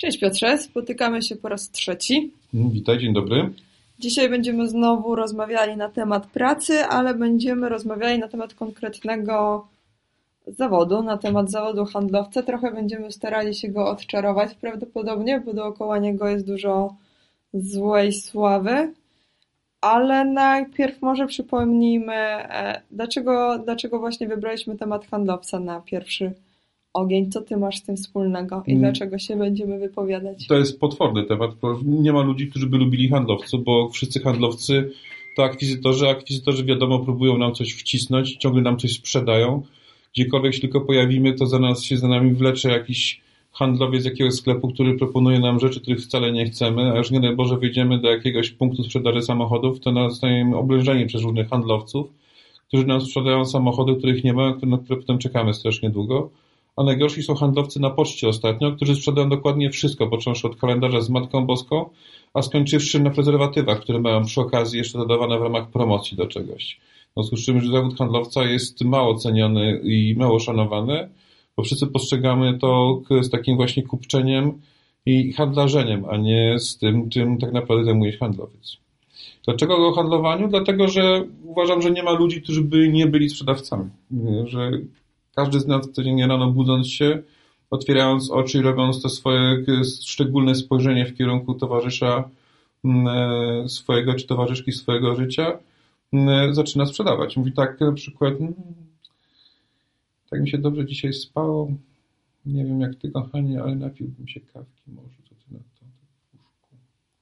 Cześć Piotrze, spotykamy się po raz trzeci. Witaj, dzień dobry. Dzisiaj będziemy znowu rozmawiali na temat pracy, ale będziemy rozmawiali na temat konkretnego zawodu, na temat zawodu handlowca. Trochę będziemy starali się go odczarować prawdopodobnie, bo dookoła niego jest dużo złej sławy. Ale najpierw może przypomnijmy, dlaczego właśnie wybraliśmy temat handlowca na pierwszy ogień. Co ty masz z tym wspólnego i dlaczego się będziemy wypowiadać? To jest potworny temat. Nie ma ludzi, którzy by lubili handlowców, bo wszyscy handlowcy to akwizytorzy. Akwizytorzy wiadomo próbują nam coś wcisnąć, ciągle nam coś sprzedają. Gdziekolwiek się tylko pojawimy, to za nami wlecze jakiś handlowiec z jakiegoś sklepu, który proponuje nam rzeczy, których wcale nie chcemy, a już nie daj Boże wyjdziemy do jakiegoś punktu sprzedaży samochodów, to zostajemy oblężeni przez różnych handlowców, którzy nam sprzedają samochody, których nie ma, na które potem czekamy strasznie długo. A najgorsi są handlowcy na poczcie ostatnio, którzy sprzedają dokładnie wszystko, począwszy od kalendarza z Matką Boską, a skończywszy na prezerwatywach, które mają przy okazji jeszcze dodawane w ramach promocji do czegoś. W związku z czym, że zawód handlowca jest mało ceniony i mało szanowany, bo wszyscy postrzegamy to z takim właśnie kupczeniem i handlarzeniem, a nie z tym, czym tak naprawdę zajmuje się handlowiec. Dlaczego o handlowaniu? Dlatego, że uważam, że nie ma ludzi, którzy by nie byli sprzedawcami. Że każdy z nas codziennie rano budząc się, otwierając oczy i robiąc to swoje szczególne spojrzenie w kierunku towarzysza swojego, czy towarzyszki swojego życia, zaczyna sprzedawać. Mówi tak na przykład, tak mi się dobrze dzisiaj spało, nie wiem jak ty kochanie, ale napiłbym się kawki może, co ty na to w łóżku.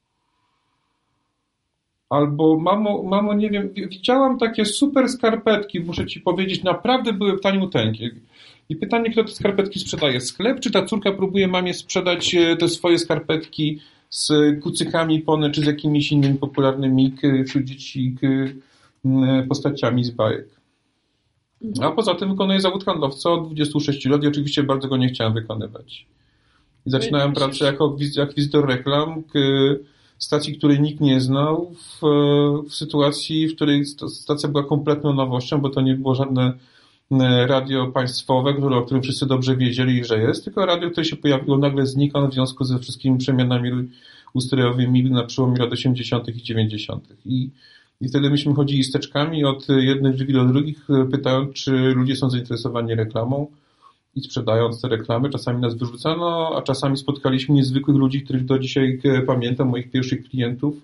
Albo mamo, nie wiem, widziałam takie super skarpetki, muszę ci powiedzieć, naprawdę były taniuteńkie. I pytanie, kto te skarpetki sprzedaje? Sklep, czy ta córka próbuje mamie sprzedać te swoje skarpetki z kucykami pony, czy z jakimiś innymi popularnymi wśród dzieci postaciami z bajek? A poza tym wykonuję zawód handlowca od 26 lat i oczywiście bardzo go nie chciałem wykonywać. I zaczynałem pracę jako akwizytor reklam stacji, której nikt nie znał, w sytuacji, w której stacja była kompletną nowością, bo to nie było żadne radio państwowe, o którym wszyscy dobrze wiedzieli, że jest, tylko radio, które się pojawiło nagle znikąd w związku ze wszystkimi przemianami ustrojowymi na przełomie lat 80. i 90. I wtedy myśmy chodzili z teczkami od jednych drzwi do drugich, pytając, czy ludzie są zainteresowani reklamą i sprzedając te reklamy. Czasami nas wyrzucano, a czasami spotkaliśmy niezwykłych ludzi, których do dzisiaj pamiętam, moich pierwszych klientów.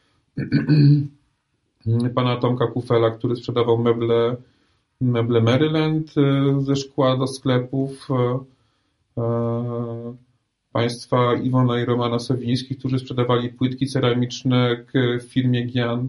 Pana Tomka Kufela, który sprzedawał meble Maryland ze szkła do sklepów. Państwa Iwona i Romana Sowińskich, którzy sprzedawali płytki ceramiczne w firmie Giant.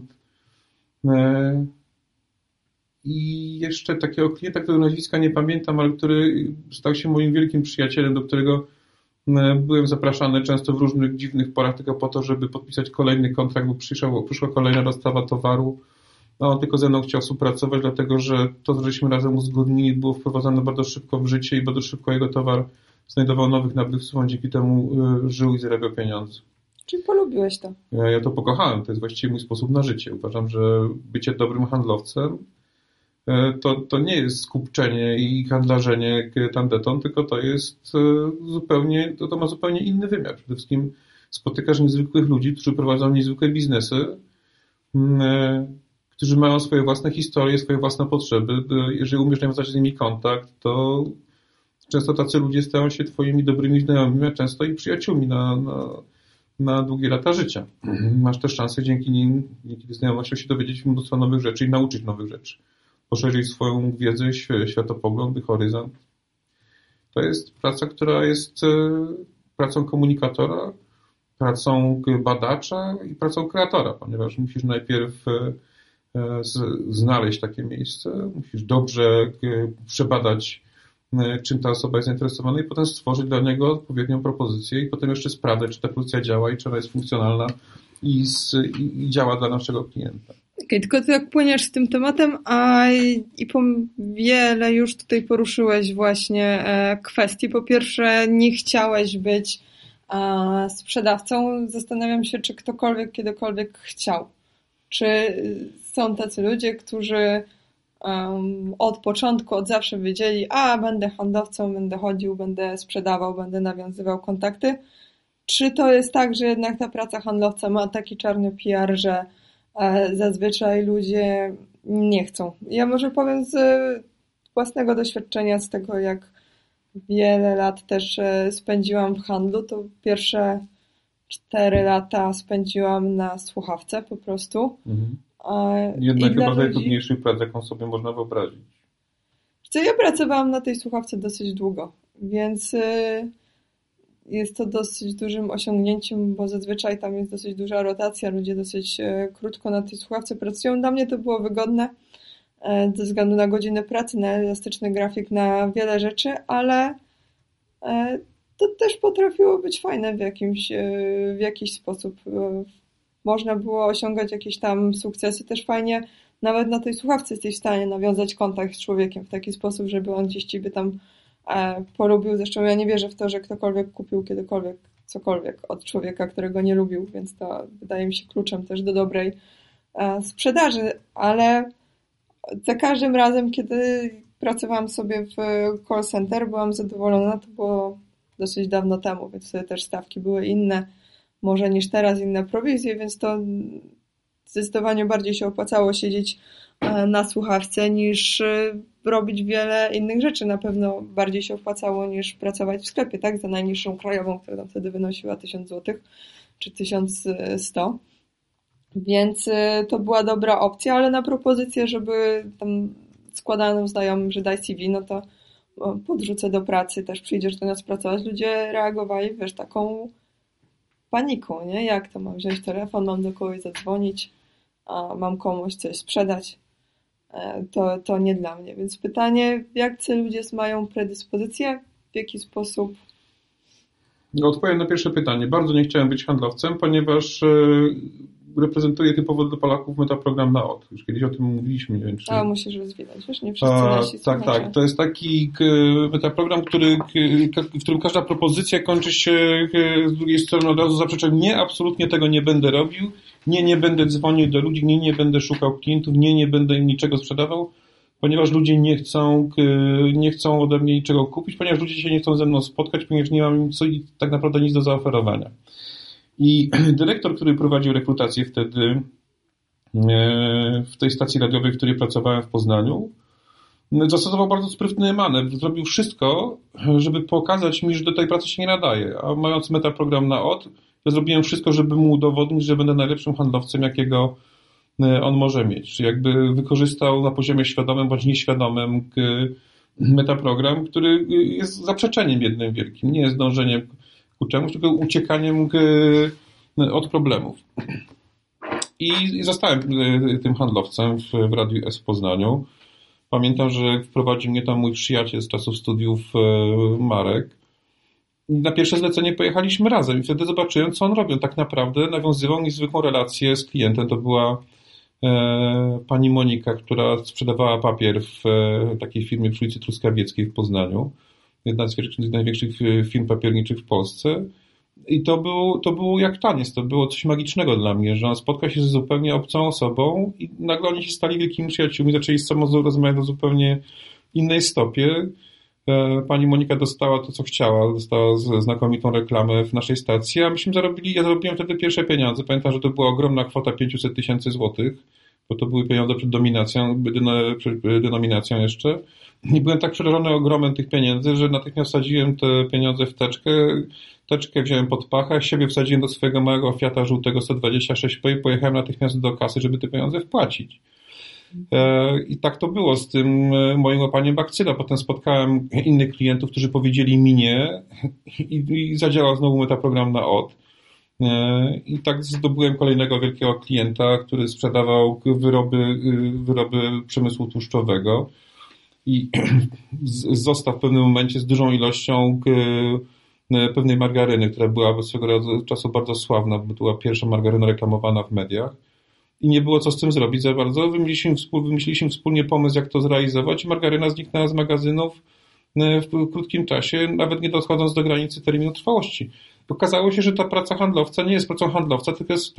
I jeszcze takiego klienta, którego nazwiska nie pamiętam, ale który stał się moim wielkim przyjacielem, do którego byłem zapraszany często w różnych dziwnych porach tylko po to, żeby podpisać kolejny kontrakt, bo przyszła kolejna dostawa towaru, a on tylko ze mną chciał współpracować, dlatego że to, co żeśmy razem uzgodnili, było wprowadzone bardzo szybko w życie i bardzo szybko jego towar znajdował nowych nabywców, on dzięki temu żył i zarabiał pieniądze. Czyli polubiłeś to? Ja to pokochałem, to jest właściwie mój sposób na życie. Uważam, że bycie dobrym handlowcem to nie jest skupczenie i handlarzenie tandetą, tylko to jest zupełnie, to ma zupełnie inny wymiar. Przede wszystkim spotykasz niezwykłych ludzi, którzy prowadzą niezwykłe biznesy, którzy mają swoje własne historie, swoje własne potrzeby. Jeżeli umiesz nawiązać z nimi kontakt, to często tacy ludzie stają się twoimi dobrymi znajomymi, a często i przyjaciółmi na długie lata życia. Masz też szansę dzięki znajomościom się dowiedzieć mnóstwo nowych rzeczy i nauczyć nowych rzeczy. Poszerzyć swoją wiedzę, światopogląd, horyzont. To jest praca, która jest pracą komunikatora, pracą badacza i pracą kreatora, ponieważ musisz najpierw znaleźć takie miejsce, musisz dobrze przebadać, czym ta osoba jest zainteresowana i potem stworzyć dla niego odpowiednią propozycję i potem jeszcze sprawdzać, czy ta propozycja działa i czy ona jest funkcjonalna i działa dla naszego klienta. Okej, tylko ty jak płyniesz z tym tematem, wiele już tutaj poruszyłeś właśnie kwestii. Po pierwsze, nie chciałeś być sprzedawcą. Zastanawiam się, czy ktokolwiek kiedykolwiek chciał. Czy są tacy ludzie, którzy od początku, od zawsze wiedzieli, będę handlowcą, będę chodził, będę sprzedawał, będę nawiązywał kontakty czy to jest tak, że jednak ta praca handlowca ma taki czarny PR, że zazwyczaj ludzie nie chcą. Ja może powiem z własnego doświadczenia, z tego jak wiele lat też spędziłam w handlu, to pierwsze 4 lata spędziłam na słuchawce po prostu. Jednak chyba najtrudniejszych prac, jaką sobie można wyobrazić. Ja pracowałam na tej słuchawce dosyć długo, więc jest to dosyć dużym osiągnięciem, bo zazwyczaj tam jest dosyć duża rotacja, ludzie dosyć krótko na tej słuchawce pracują. Dla mnie to było wygodne ze względu na godziny pracy, na elastyczny grafik, na wiele rzeczy, ale to też potrafiło być fajne w jakiś sposób. Można było osiągać jakieś tam sukcesy też fajnie. Nawet na tej słuchawce jesteś w stanie nawiązać kontakt z człowiekiem w taki sposób, żeby on gdzieś ciebie tam polubił. Zresztą ja nie wierzę w to, że ktokolwiek kupił kiedykolwiek cokolwiek od człowieka, którego nie lubił, więc to wydaje mi się kluczem też do dobrej sprzedaży, ale za każdym razem, kiedy pracowałam sobie w call center, byłam zadowolona. To było dosyć dawno temu, więc wtedy też stawki były inne, może niż teraz, inne prowizje, więc to zdecydowanie bardziej się opłacało siedzieć na słuchawce niż robić wiele innych rzeczy. Na pewno bardziej się opłacało niż pracować w sklepie, tak? Za najniższą krajową, która tam wtedy wynosiła 1000 zł czy 1100. Więc to była dobra opcja, ale na propozycję, żeby tam składano znajomym, że daj CV, no to podrzucę do pracy, też przyjdziesz do nas pracować. Ludzie reagowali, wiesz, taką paniką, nie? Jak to mam wziąć telefon, mam do kogoś zadzwonić, a mam komuś coś sprzedać. To nie dla mnie. Więc pytanie, jak ci ludzie mają predyspozycję, w jaki sposób? No, odpowiem na pierwsze pytanie. Bardzo nie chciałem być handlowcem, ponieważ reprezentuję typowo dla Polaków metaprogram na od. Już kiedyś o tym mówiliśmy. Nie wiem, czy... musisz rozwijać, wiesz? Nie wszyscy nasi słuchacze. Tak. To jest taki metaprogram, w którym każda propozycja kończy się z drugiej strony od razu zaprzeczeniem. Nie, absolutnie tego nie będę robił. Nie będę dzwonił do ludzi. Nie będę szukał klientów. Nie będę im niczego sprzedawał, ponieważ ludzie nie chcą ode mnie niczego kupić, ponieważ ludzie się nie chcą ze mną spotkać, ponieważ nie mam tak naprawdę nic do zaoferowania. I dyrektor, który prowadził rekrutację wtedy w tej stacji radiowej, w której pracowałem w Poznaniu, zastosował bardzo sprytny manewr. Zrobił wszystko, żeby pokazać mi, że do tej pracy się nie nadaje. A mając metaprogram na od, ja zrobiłem wszystko, żeby mu udowodnić, że będę najlepszym handlowcem, jakiego on może mieć. Czyli jakby wykorzystał na poziomie świadomym bądź nieświadomym metaprogram, który jest zaprzeczeniem jednym wielkim. Nie jest dążeniem ku czemuś, tylko uciekaniem od problemów. I zostałem tym handlowcem w Radiu S w Poznaniu. Pamiętam, że wprowadził mnie tam mój przyjaciel z czasów studiów Marek. Na pierwsze zlecenie pojechaliśmy razem i wtedy zobaczyłem, co on robi. On tak naprawdę nawiązywał niezwykłą relację z klientem. To była pani Monika, która sprzedawała papier w takiej firmie przy ulicy Truskawieckiej w Poznaniu. Jedna z największych firm papierniczych w Polsce. I to było jak taniec, to było coś magicznego dla mnie, że on spotkał się z zupełnie obcą osobą i nagle oni się stali wielkimi przyjaciółmi, zaczęli z sobą rozmawiać na zupełnie innej stopie. Pani Monika dostała to, co chciała, dostała znakomitą reklamę w naszej stacji, a myśmy ja zarobiłem wtedy pierwsze pieniądze. Pamiętam, że to była ogromna kwota 500 000 złotych, bo to były pieniądze przed denominacją jeszcze. I byłem tak przerażony ogromem tych pieniędzy, że natychmiast wsadziłem te pieniądze w teczkę. Teczkę wziąłem pod pachę, siebie wsadziłem do swojego małego Fiata żółtego 126P i pojechałem natychmiast do kasy, żeby te pieniądze wpłacić. I tak to było z tym moim łapaniem bakcyla. Potem spotkałem innych klientów, którzy powiedzieli mi nie i zadziałał znowu metaprogram na od. I tak zdobyłem kolejnego wielkiego klienta, który sprzedawał wyroby przemysłu tłuszczowego i został w pewnym momencie z dużą ilością pewnej margaryny, która była swego czasu bardzo sławna, bo była pierwsza margaryna reklamowana w mediach. I nie było co z tym zrobić za bardzo. Wymyśliliśmy wspólnie pomysł, jak to zrealizować i margaryna zniknęła z magazynów w krótkim czasie, nawet nie dochodząc do granicy terminu trwałości. Okazało się, że ta praca handlowca nie jest pracą handlowca, tylko jest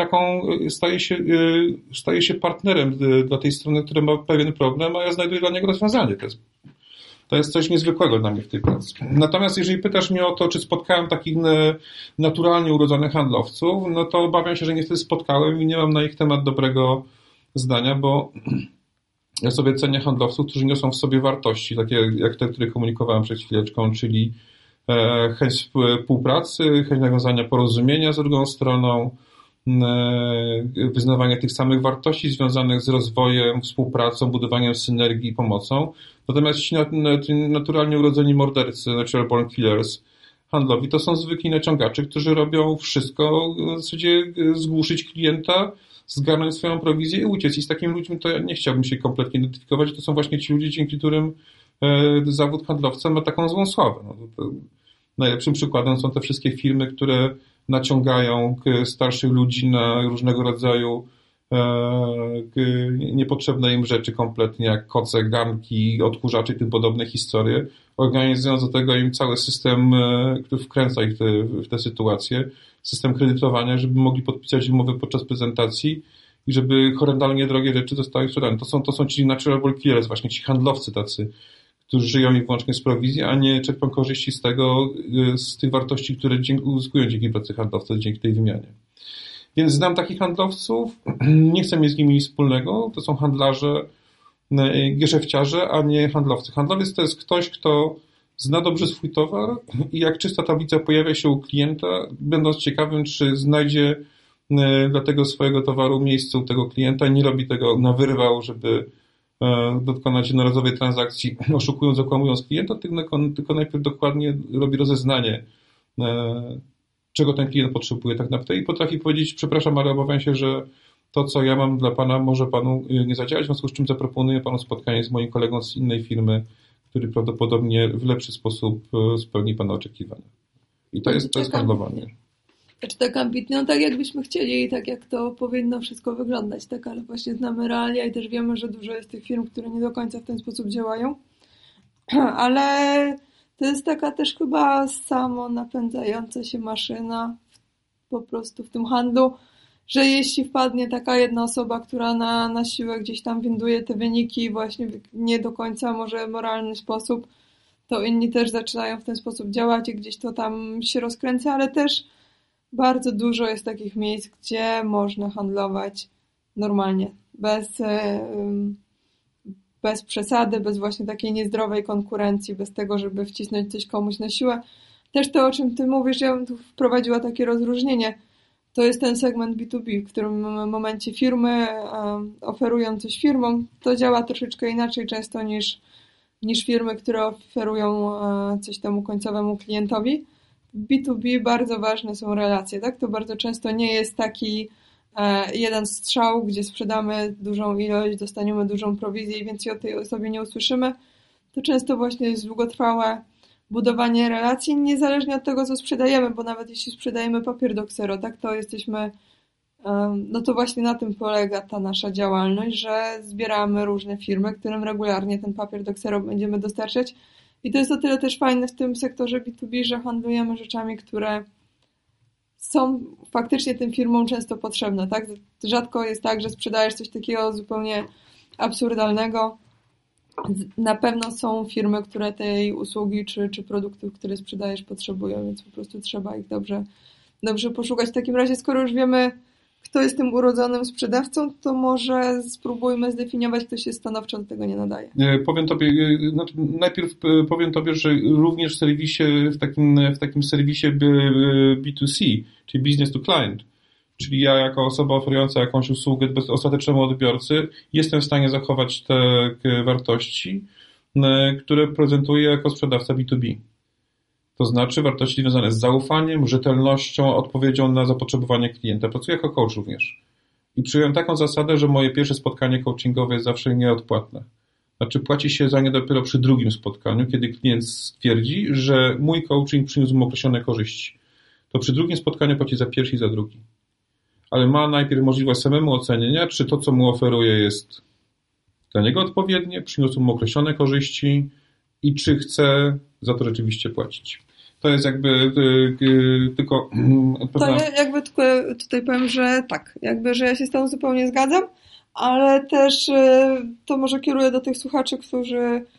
staje się partnerem dla tej strony, która ma pewien problem, a ja znajduję dla niego rozwiązanie. To jest To jest coś niezwykłego dla mnie w tej pracy. Natomiast jeżeli pytasz mnie o to, czy spotkałem takich naturalnie urodzonych handlowców, no to obawiam się, że niestety spotkałem i nie mam na ich temat dobrego zdania, bo ja sobie cenię handlowców, którzy niosą w sobie wartości, takie jak te, które komunikowałem przed chwileczką, czyli chęć współpracy, chęć nawiązania porozumienia z drugą stroną, wyznawanie tych samych wartości związanych z rozwojem, współpracą, budowaniem synergii i pomocą. Natomiast ci naturalnie urodzeni mordercy, natural born killers, handlowi, to są zwykli naciągacze, którzy robią wszystko, w zasadzie zgłuszyć klienta, zgarnąć swoją prowizję i uciec. I z takimi ludźmi to ja nie chciałbym się kompletnie identyfikować. To są właśnie ci ludzie, dzięki którym zawód handlowca ma taką złą sławę. Najlepszym przykładem są te wszystkie firmy, które naciągają starszych ludzi na różnego rodzaju niepotrzebne im rzeczy kompletnie, jak koce, garnki, odkurzacze i tym podobne historie, organizując do tego im cały system, który wkręca ich w te sytuacje, system kredytowania, żeby mogli podpisać umowę podczas prezentacji i żeby horrendalnie drogie rzeczy zostały sprzedane. To są ci natural born killers, właśnie ci handlowcy tacy, którzy żyją i wyłącznie z prowizji, a nie czerpią korzyści z tych wartości, które uzyskują dzięki pracy handlowców, dzięki tej wymianie. Więc znam takich handlowców, nie chcę mieć z nimi nic wspólnego, to są handlarze, geszefciarze, a nie handlowcy. Handlowiec to jest ktoś, kto zna dobrze swój towar i jak czysta tablica pojawia się u klienta, będąc ciekawym, czy znajdzie dla tego swojego towaru miejsce u tego klienta i nie robi tego na wyrwał, żeby dokonać jednorazowej transakcji, oszukując, okłamując klienta, tylko najpierw dokładnie robi rozeznanie, czego ten klient potrzebuje tak naprawdę i potrafi powiedzieć, przepraszam, ale obawiam się, że to, co ja mam dla pana, może panu nie zadziałać, w związku z czym zaproponuję panu spotkanie z moim kolegą z innej firmy, który prawdopodobnie w lepszy sposób spełni pana oczekiwania. I to jest handlowanie. Znaczy tak ambitnie, no tak jakbyśmy chcieli i tak jak to powinno wszystko wyglądać, tak, ale właśnie znamy realia i też wiemy, że dużo jest tych firm, które nie do końca w ten sposób działają, ale to jest taka też chyba samo napędzająca się maszyna po prostu w tym handlu, że jeśli wpadnie taka jedna osoba, która na siłę gdzieś tam winduje te wyniki właśnie w nie do końca może moralny sposób, to inni też zaczynają w ten sposób działać i gdzieś to tam się rozkręca, ale też bardzo dużo jest takich miejsc, gdzie można handlować normalnie, bez przesady, bez właśnie takiej niezdrowej konkurencji, bez tego, żeby wcisnąć coś komuś na siłę. Też to, o czym ty mówisz, ja bym tu wprowadziła takie rozróżnienie. To jest ten segment B2B, w którym momencie firmy oferują coś firmom, to działa troszeczkę inaczej często niż firmy, które oferują coś temu końcowemu klientowi. W B2B bardzo ważne są relacje, tak? To bardzo często nie jest taki jeden strzał, gdzie sprzedamy dużą ilość, dostaniemy dużą prowizję i więcej o tej osobie nie usłyszymy. To często właśnie jest długotrwałe budowanie relacji, niezależnie od tego, co sprzedajemy, bo nawet jeśli sprzedajemy papier do ksero, tak, to jesteśmy, no to właśnie na tym polega ta nasza działalność, że zbieramy różne firmy, którym regularnie ten papier do ksero będziemy dostarczać. I to jest o tyle też fajne w tym sektorze B2B, że handlujemy rzeczami, które są faktycznie tym firmom często potrzebne, tak? Rzadko jest tak, że sprzedajesz coś takiego zupełnie absurdalnego. Na pewno są firmy, które tej usługi czy produktów, które sprzedajesz, potrzebują, więc po prostu trzeba ich dobrze poszukać. W takim razie, skoro już wiemy, kto jest tym urodzonym sprzedawcą, to może spróbujmy zdefiniować, kto się stanowczo do tego nie nadaje. Najpierw powiem tobie, że również w serwisie, w takim serwisie B2C, czyli business to client, czyli ja jako osoba oferująca jakąś usługę ostatecznemu odbiorcy jestem w stanie zachować te wartości, które prezentuję jako sprzedawca B2B. To znaczy wartości związane z zaufaniem, rzetelnością, odpowiedzią na zapotrzebowanie klienta. Pracuję jako coach również. I przyjąłem taką zasadę, że moje pierwsze spotkanie coachingowe jest zawsze nieodpłatne. Znaczy płaci się za nie dopiero przy drugim spotkaniu, kiedy klient stwierdzi, że mój coaching przyniósł mu określone korzyści. To przy drugim spotkaniu płaci za pierwszy i za drugi. Ale ma najpierw możliwość samemu ocenienia, czy to, co mu oferuje, jest dla niego odpowiednie, przyniosło mu określone korzyści i czy chce za to rzeczywiście płacić. To jest jakby tylko... To ja jakby tylko tutaj powiem, że tak, jakby, że ja się z tą zupełnie zgadzam, ale też to może kieruję do tych słuchaczy, którzy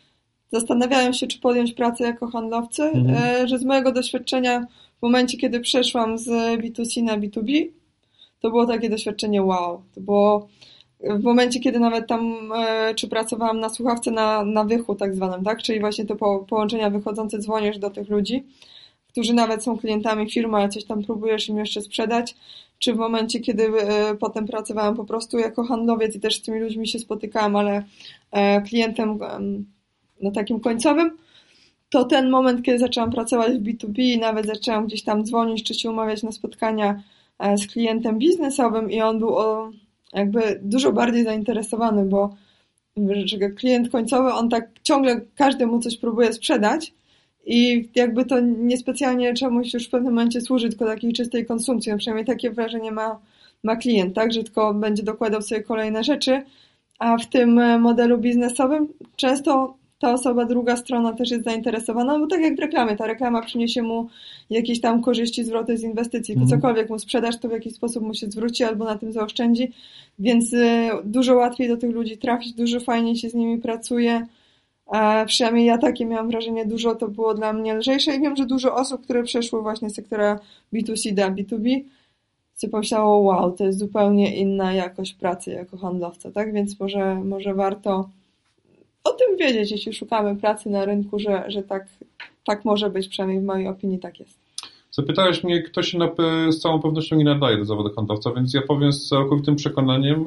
zastanawiają się, czy podjąć pracę jako handlowcy, że z mojego doświadczenia w momencie, kiedy przeszłam z B2C na B2B, to było takie doświadczenie wow. To było w momencie, kiedy nawet tam, czy pracowałam na słuchawce na wychu tak zwanym, tak? Czyli właśnie te połączenia wychodzące, dzwonisz do tych ludzi, którzy nawet są klientami firmy, ale coś tam próbujesz im jeszcze sprzedać, czy w momencie, kiedy potem pracowałam po prostu jako handlowiec i też z tymi ludźmi się spotykałam, ale klientem no, takim końcowym, to ten moment, kiedy zaczęłam pracować w B2B i nawet zaczęłam gdzieś tam dzwonić, czy się umawiać na spotkania z klientem biznesowym i on był jakby dużo bardziej zainteresowany, bo że klient końcowy, on tak ciągle każdemu coś próbuje sprzedać i jakby to niespecjalnie czemuś już w pewnym momencie służy, tylko takiej czystej konsumpcji. No przynajmniej takie wrażenie ma klient, tak, że tylko będzie dokładał sobie kolejne rzeczy, a w tym modelu biznesowym często ta osoba, druga strona też jest zainteresowana, bo tak jak w reklamie, ta reklama przyniesie mu jakieś tam korzyści, zwroty z inwestycji, cokolwiek mu sprzedasz, to w jakiś sposób mu się zwróci albo na tym zaoszczędzi, więc dużo łatwiej do tych ludzi trafić, dużo fajniej się z nimi pracuje, przynajmniej ja takie miałam wrażenie, dużo to było dla mnie lżejsze i wiem, że dużo osób, które przeszły właśnie z sektora B2C do B2B, sobie pomyślało, wow, to jest zupełnie inna jakość pracy jako handlowca, tak, więc może warto o tym wiedzieć, jeśli szukamy pracy na rynku, że tak może być, przynajmniej w mojej opinii tak jest. Zapytałeś mnie, kto się z całą pewnością nie nadaje do zawodu handlowca, więc ja powiem z całkowitym przekonaniem,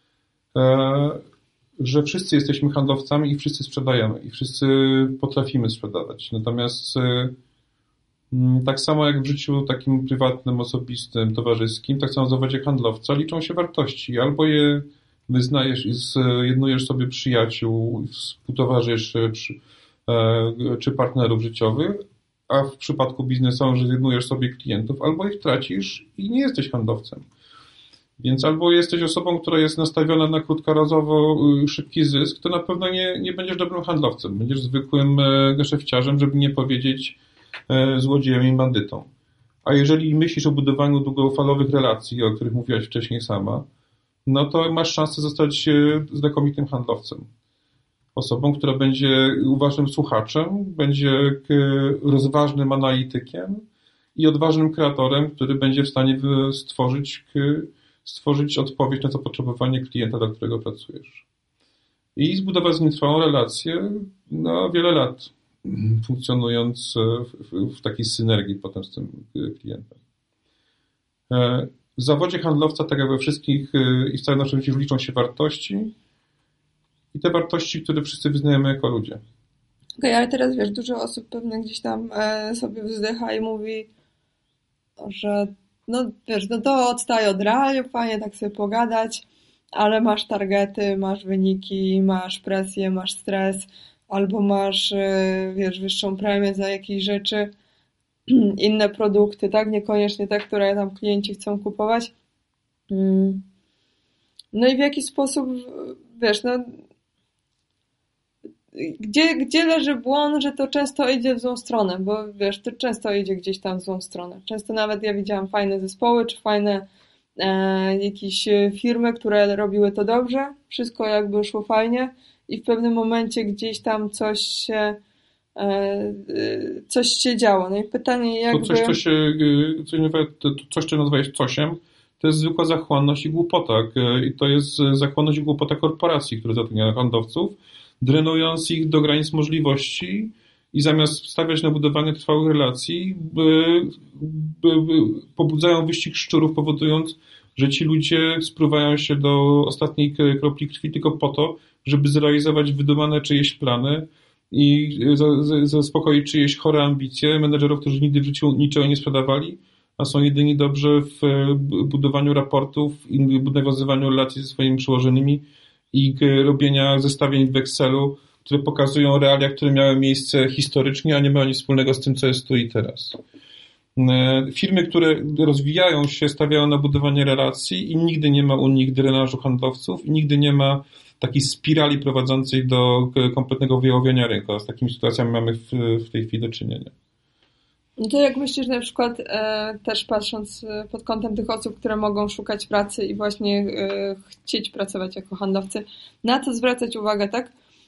że wszyscy jesteśmy handlowcami i wszyscy sprzedajemy i wszyscy potrafimy sprzedawać. Natomiast tak samo jak w życiu takim prywatnym, osobistym, towarzyskim, tak samo w zawodzie handlowca liczą się wartości. Albo je wyznajesz i zjednujesz sobie przyjaciół, współtowarzyszy czy partnerów życiowych, a w przypadku biznesowym, że zjednujesz sobie klientów, albo ich tracisz i nie jesteś handlowcem. Więc albo jesteś osobą, która jest nastawiona na krótkorazowo szybki zysk, to na pewno nie będziesz dobrym handlowcem. Będziesz zwykłym geszefciarzem, żeby nie powiedzieć złodziejem i bandytą. A jeżeli myślisz o budowaniu długofalowych relacji, o których mówiłaś wcześniej sama, no to masz szansę zostać znakomitym handlowcem. Osobą, która będzie uważnym słuchaczem, będzie rozważnym analitykiem i odważnym kreatorem, który będzie w stanie stworzyć odpowiedź na zapotrzebowanie klienta, dla którego pracujesz. I zbudować z nim trwałą relację na wiele lat, funkcjonując w takiej synergii potem z tym klientem. W zawodzie handlowca, tak jak we wszystkich i w całym naszym życiu, liczą się wartości i te wartości, które wszyscy wyznajemy jako ludzie. Okej, ale teraz wiesz, dużo osób pewnie gdzieś tam sobie wzdycha i mówi, że no wiesz, no to odstaje od realiów, fajnie tak sobie pogadać, ale masz targety, masz wyniki, masz presję, masz stres, albo masz, wiesz, wyższą premię za jakieś rzeczy, inne produkty, tak? Niekoniecznie te, które tam klienci chcą kupować. No i w jaki sposób, wiesz, no gdzie leży błąd, że to często idzie w złą stronę, bo wiesz, to często idzie gdzieś tam w złą stronę. Często nawet ja widziałam fajne zespoły, czy fajne jakieś firmy, które robiły to dobrze, wszystko jakby szło fajnie i w pewnym momencie gdzieś tam coś się działo. No i pytanie jakby... To coś, co nazwałeś cosiem, to jest zwykła zachłanność i głupota. I to jest zachłanność i głupota korporacji, które zatrudniają handlowców, drenując ich do granic możliwości i zamiast stawiać na budowanie trwałych relacji, pobudzają wyścig szczurów, powodując, że ci ludzie spruwają się do ostatniej kropli krwi tylko po to, żeby zrealizować wydumane czyjeś plany i zaspokoić czyjeś chore ambicje menedżerów, którzy nigdy w życiu niczego nie sprzedawali, a są jedynie dobrze w budowaniu raportów i nawiązywaniu relacji ze swoimi przełożonymi i robienia zestawień w Excelu, które pokazują realia, które miały miejsce historycznie, a nie mają nic wspólnego z tym, co jest tu i teraz. Firmy, które rozwijają się, stawiają na budowanie relacji i nigdy nie ma u nich drenażu handlowców i nigdy nie ma takiej spirali prowadzącej do kompletnego wyjałowienia rynku. Z takimi sytuacjami mamy w tej chwili do czynienia. No to jak myślisz, na przykład też patrząc pod kątem tych osób, które mogą szukać pracy i właśnie chcieć pracować jako handlowcy, na co zwracać uwagę, tak?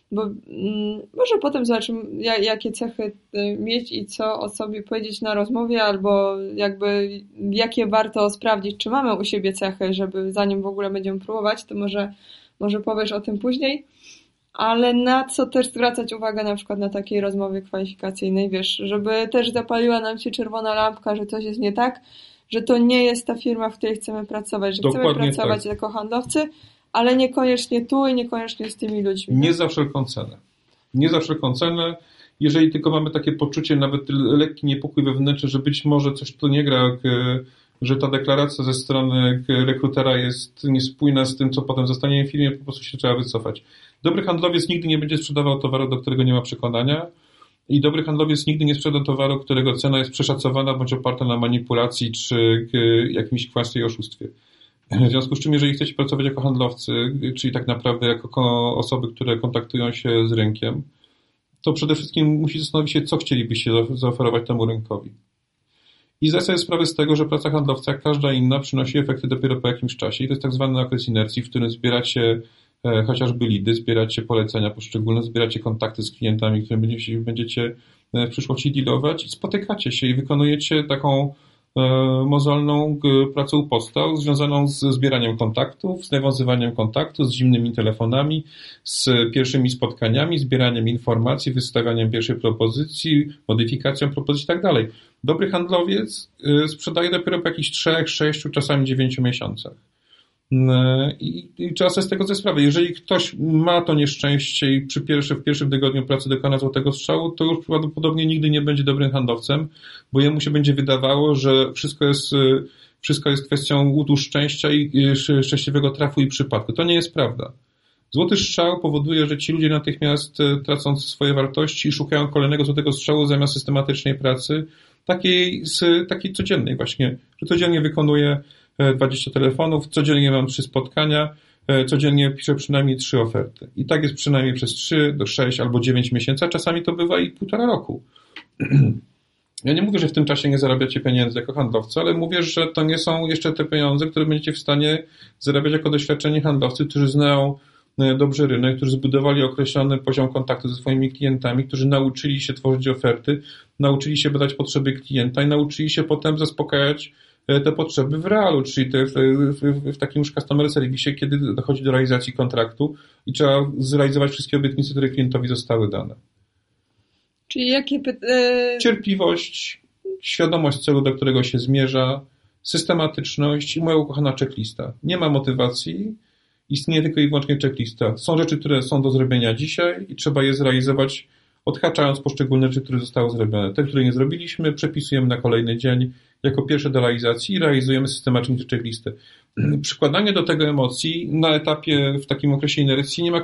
bo może potem zobaczymy, jakie cechy mieć i co o sobie powiedzieć na rozmowie, albo jakby jakie warto sprawdzić, czy mamy u siebie cechy, żeby zanim w ogóle będziemy próbować, to może powiesz o tym później. Ale na co też zwracać uwagę na przykład na takiej rozmowie kwalifikacyjnej, wiesz, żeby też zapaliła nam się czerwona lampka, że coś jest nie tak, że to nie jest ta firma, w której chcemy pracować, że Dokładnie chcemy pracować tak. jako handlowcy, ale niekoniecznie tu i niekoniecznie z tymi ludźmi. Nie za wszelką cenę. Nie za wszelką cenę. Jeżeli tylko mamy takie poczucie, nawet lekki niepokój wewnętrzny, że być może coś tu nie gra, że ta deklaracja ze strony rekrutera jest niespójna z tym, co potem zostanie w firmie, po prostu się trzeba wycofać. Dobry handlowiec nigdy nie będzie sprzedawał towaru, do którego nie ma przekonania, i dobry handlowiec nigdy nie sprzeda towaru, którego cena jest przeszacowana bądź oparta na manipulacji czy jakimś kłamstwie i oszustwie. W związku z czym, jeżeli chcecie pracować jako handlowcy, czyli tak naprawdę jako osoby, które kontaktują się z rynkiem, to przede wszystkim musicie zastanowić się, co chcielibyście zaoferować temu rynkowi. I zdać sobie sprawę z tego, że praca handlowca, jak każda inna, przynosi efekty dopiero po jakimś czasie. I to jest tak zwany okres inercji, w którym zbieracie chociażby lidy, zbieracie polecenia poszczególne, zbieracie kontakty z klientami, którymi będziecie w przyszłości dealować i spotykacie się i wykonujecie taką mozolną pracę u podstaw związaną z zbieraniem kontaktów, z nawiązywaniem kontaktów, z zimnymi telefonami, z pierwszymi spotkaniami, zbieraniem informacji, wystawianiem pierwszej propozycji, modyfikacją propozycji i tak dalej. Dobry handlowiec sprzedaje dopiero po jakichś 3, 6, czasami 9 miesiącach. I trzeba sobie z tego zdać sprawę. Jeżeli ktoś ma to nieszczęście i w pierwszym tygodniu pracy dokona złotego strzału, to już prawdopodobnie nigdy nie będzie dobrym handlowcem, bo jemu się będzie wydawało, że wszystko jest kwestią łudu szczęścia i szczęśliwego trafu i przypadku. To nie jest prawda. Złoty strzał powoduje, że ci ludzie natychmiast tracą swoje wartości i szukają kolejnego złotego strzału zamiast systematycznej pracy, takiej codziennej właśnie, że codziennie wykonuję 20 telefonów, codziennie mam 3 spotkania, codziennie piszę przynajmniej 3 oferty. I tak jest przynajmniej przez 3 do 6 albo 9 miesięcy, a czasami to bywa i 1,5 roku. Ja nie mówię, że w tym czasie nie zarabiacie pieniędzy jako handlowcy, ale mówię, że to nie są jeszcze te pieniądze, które będziecie w stanie zarabiać jako doświadczeni handlowcy, którzy znają dobrze rynek, którzy zbudowali określony poziom kontaktu ze swoimi klientami, którzy nauczyli się tworzyć oferty, nauczyli się badać potrzeby klienta i nauczyli się potem zaspokajać te potrzeby w realu, czyli w takim już customer serwisie, kiedy dochodzi do realizacji kontraktu i trzeba zrealizować wszystkie obietnice, które klientowi zostały dane. Czyli jakie Cierpliwość, świadomość celu, do którego się zmierza, systematyczność i moja ukochana checklista. Nie ma motywacji, istnieje tylko i wyłącznie checklista. Są rzeczy, które są do zrobienia dzisiaj i trzeba je zrealizować, odhaczając poszczególne rzeczy, które zostały zrobione. Te, które nie zrobiliśmy, przepisujemy na kolejny dzień jako pierwsze do realizacji i realizujemy systematycznie checklistę. Przykładanie do tego emocji na etapie, w takim okresie inercji nie ma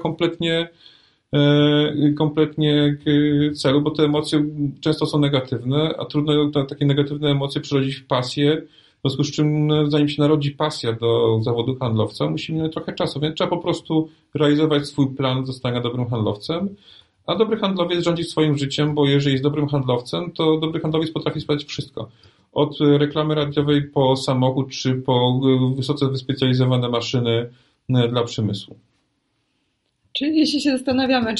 kompletnie celu, bo te emocje często są negatywne, a trudno takie negatywne emocje przerodzić w pasję, w związku z czym zanim się narodzi pasja do zawodu handlowca, musi minąć trochę czasu, więc trzeba po prostu realizować swój plan zostania dobrym handlowcem, a dobry handlowiec rządzi swoim życiem, bo jeżeli jest dobrym handlowcem, to dobry handlowiec potrafi sprzedać wszystko. Od reklamy radiowej po samochód, czy po wysoce wyspecjalizowane maszyny dla przemysłu. Czyli jeśli się zastanawiamy,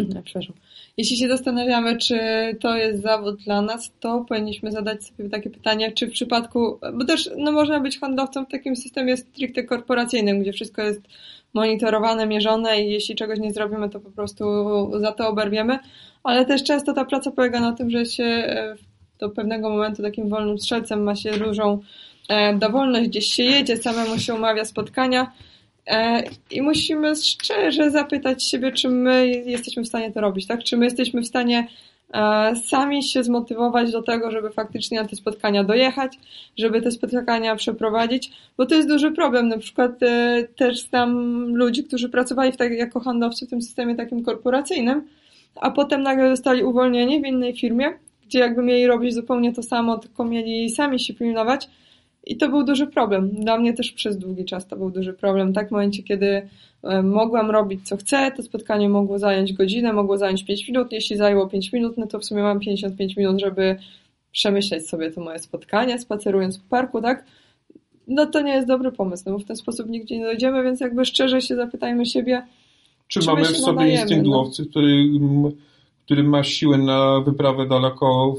czy to jest zawód dla nas, to powinniśmy zadać sobie takie pytanie, czy w przypadku, bo też można być handlowcem w takim systemie stricte korporacyjnym, gdzie wszystko jest monitorowane, mierzone i jeśli czegoś nie zrobimy, to po prostu za to oberwiemy, ale też często ta praca polega na tym, że się do pewnego momentu takim wolnym strzelcem ma się dużą dowolność, gdzieś się jedzie, samemu się umawia spotkania, i musimy szczerze zapytać siebie, czy my jesteśmy w stanie to robić, tak? Czy my jesteśmy w stanie sami się zmotywować do tego, żeby faktycznie na te spotkania dojechać, żeby te spotkania przeprowadzić, bo to jest duży problem. Na przykład też znam ludzi, którzy pracowali jako handlowcy w tym systemie takim korporacyjnym, a potem nagle zostali uwolnieni w innej firmie, gdzie jakby mieli robić zupełnie to samo, tylko mieli sami się pilnować. I to był duży problem. Dla mnie też przez długi czas to był duży problem. Tak w momencie, kiedy mogłam robić co chcę, to spotkanie mogło zająć godzinę, mogło zająć 5 minut. Jeśli zajęło 5 minut, no to w sumie mam 55 minut, żeby przemyśleć sobie to moje spotkanie, spacerując po parku, tak? No to nie jest dobry pomysł, no bo w ten sposób nigdzie nie dojdziemy, więc jakby szczerze się zapytajmy siebie, Czy mamy w sobie instynkt łowcy, który ma siłę na wyprawę daleko